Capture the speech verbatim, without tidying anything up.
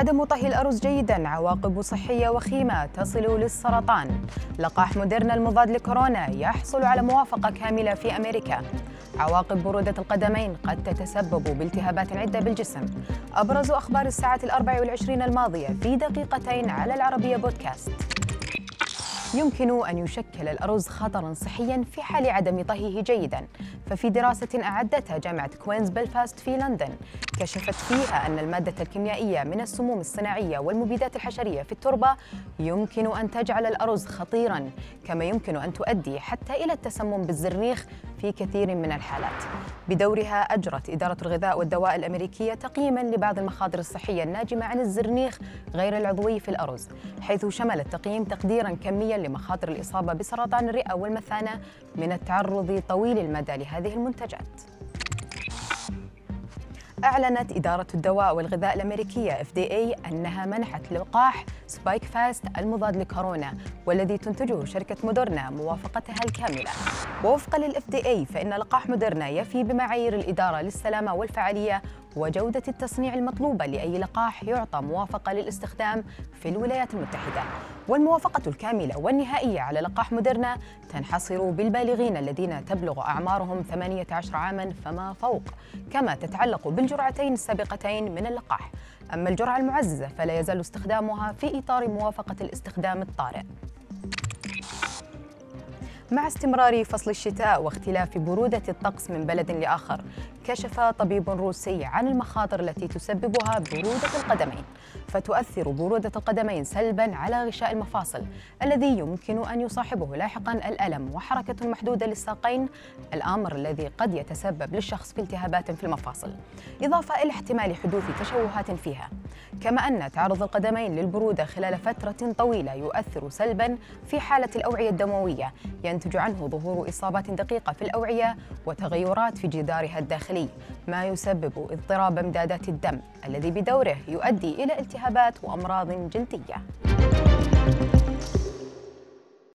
عدم طهي الأرز جيداً عواقب صحية وخيمة تصل للسرطان. لقاح موديرنا المضاد لكورونا يحصل على موافقة كاملة في أمريكا. عواقب برودة القدمين قد تتسبب بالتهابات عدة بالجسم. أبرز أخبار الساعة الأربع والعشرين الماضية في دقيقتين على العربية بودكاست. يمكن أن يشكل الأرز خطراً صحياً في حال عدم طهيه جيداً، ففي دراسة أعدتها جامعة كوينز بلفاست في لندن كشفت فيها أن المادة الكيميائية من السموم الصناعية والمبيدات الحشرية في التربة يمكن أن تجعل الأرز خطيراً، كما يمكن أن تؤدي حتى إلى التسمم بالزرنيخ في كثير من الحالات. بدورها أجرت إدارة الغذاء والدواء الأمريكية تقييماً لبعض المخاطر الصحية الناجمة عن الزرنيخ غير العضوي في الأرز، حيث شمل التقييم تقديراً كمياً لمخاطر الإصابة بسرطان الرئة والمثانة من التعرض طويل المدى لهذه المنتجات. أعلنت إدارة الدواء والغذاء الأمريكية إف دي إيه أنها منحت لقاح سبايك فاست المضاد لكورونا والذي تنتجه شركة موديرنا موافقتها الكاملة. ووفقا للإف دي إيه فإن لقاح موديرنا يفي بمعايير الإدارة للسلامة والفعالية وجودة التصنيع المطلوبة لأي لقاح يعطى موافقة للاستخدام في الولايات المتحدة. والموافقة الكاملة والنهائية على لقاح موديرنا تنحصر بالبالغين الذين تبلغ أعمارهم ثمانية عشر عاماً فما فوق، كما تتعلق بالجرعتين السابقتين من اللقاح. أما الجرعة المعززة فلا يزال استخدامها في إطار موافقة الاستخدام الطارئ. مع استمرار فصل الشتاء واختلاف برودة الطقس من بلد لآخر، كشف طبيب روسي عن المخاطر التي تسببها برودة القدمين، فتؤثر برودة القدمين سلباً على غشاء المفاصل الذي يمكن أن يصاحبه لاحقاً الألم وحركة محدودة للساقين، الأمر الذي قد يتسبب للشخص في التهابات في المفاصل، إضافة إلى احتمال حدوث تشوهات فيها. كما أن تعرض القدمين للبرودة خلال فترة طويلة يؤثر سلباً في حالة الأوعية الدموية، ينتج عنه ظهور إصابات دقيقة في الأوعية وتغيرات في جدارها الداخلي، ما يسبب اضطراب امدادات الدم الذي بدوره يؤدي إلى التهابات وأمراض جلدية.